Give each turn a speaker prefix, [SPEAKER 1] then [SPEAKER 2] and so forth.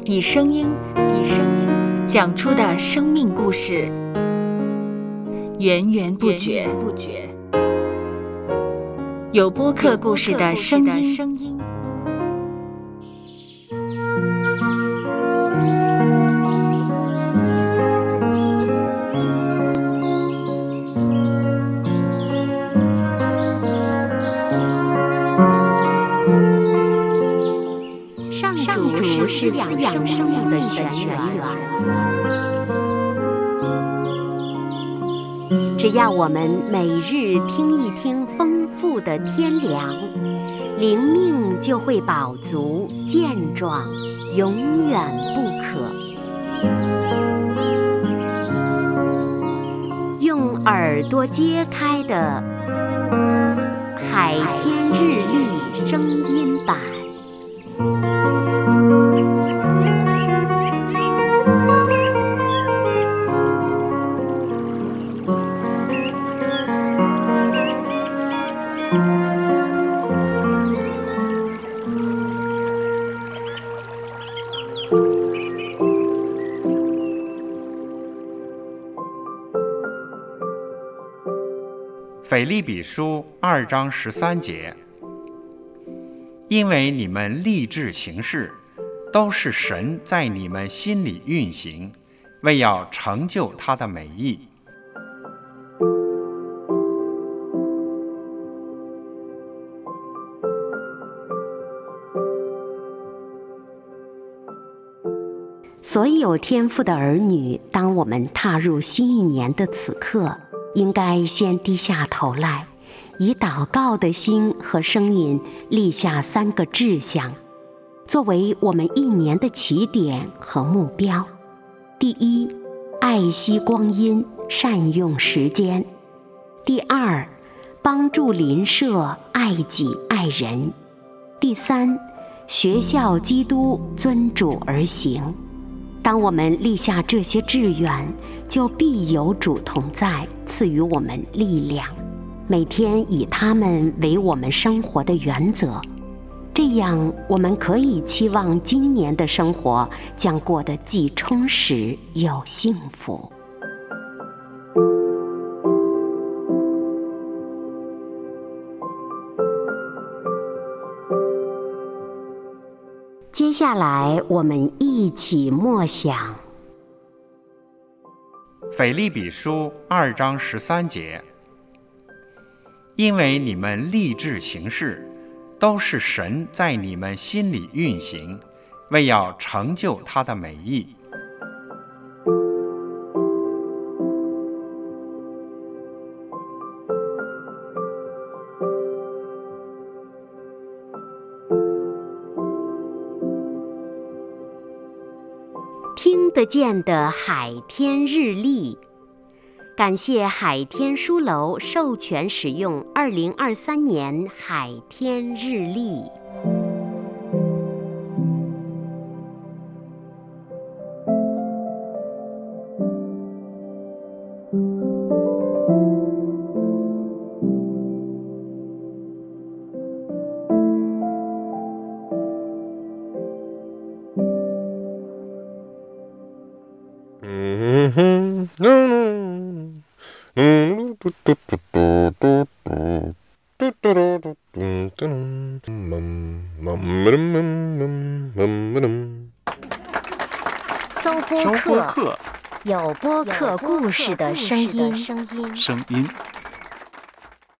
[SPEAKER 1] 以声音讲出的生命故事，源源不绝。有播客故事的声音。
[SPEAKER 2] 上主是养生命的泉源，只要我们每日听一听丰富的天粮，灵命就会饱足健壮，永远不渴。用耳朵揭开的海天日历声音版。
[SPEAKER 3] 腓立比书2章13节，因为你们立志行事，都是神在你们心里运行，为要成就他的美意。
[SPEAKER 2] 所有天父的儿女，当我们踏入新一年的此刻，应该先低下头来，以祷告的心和声音立下3个志向，作为我们一年的起点和目标。第一，爱惜光阴，善用时间。第二，帮助邻舍，爱己爱人。第三，学效基督，遵主而行。当我们立下这些志愿，就必有主同在，赐予我们力量，每天以他们为我们生活的原则。这样，我们可以期望今年的生活将过得既充实又幸福。接下来，我们一起默想
[SPEAKER 3] 腓立比书2章13节，因为你们立志行事，都是神在你们心里运行，为要成就他的美意。
[SPEAKER 2] 听得见的海天日历，感谢海天书楼授权使用2023年海天日历。
[SPEAKER 1] 搜播客，有播客故事的声音。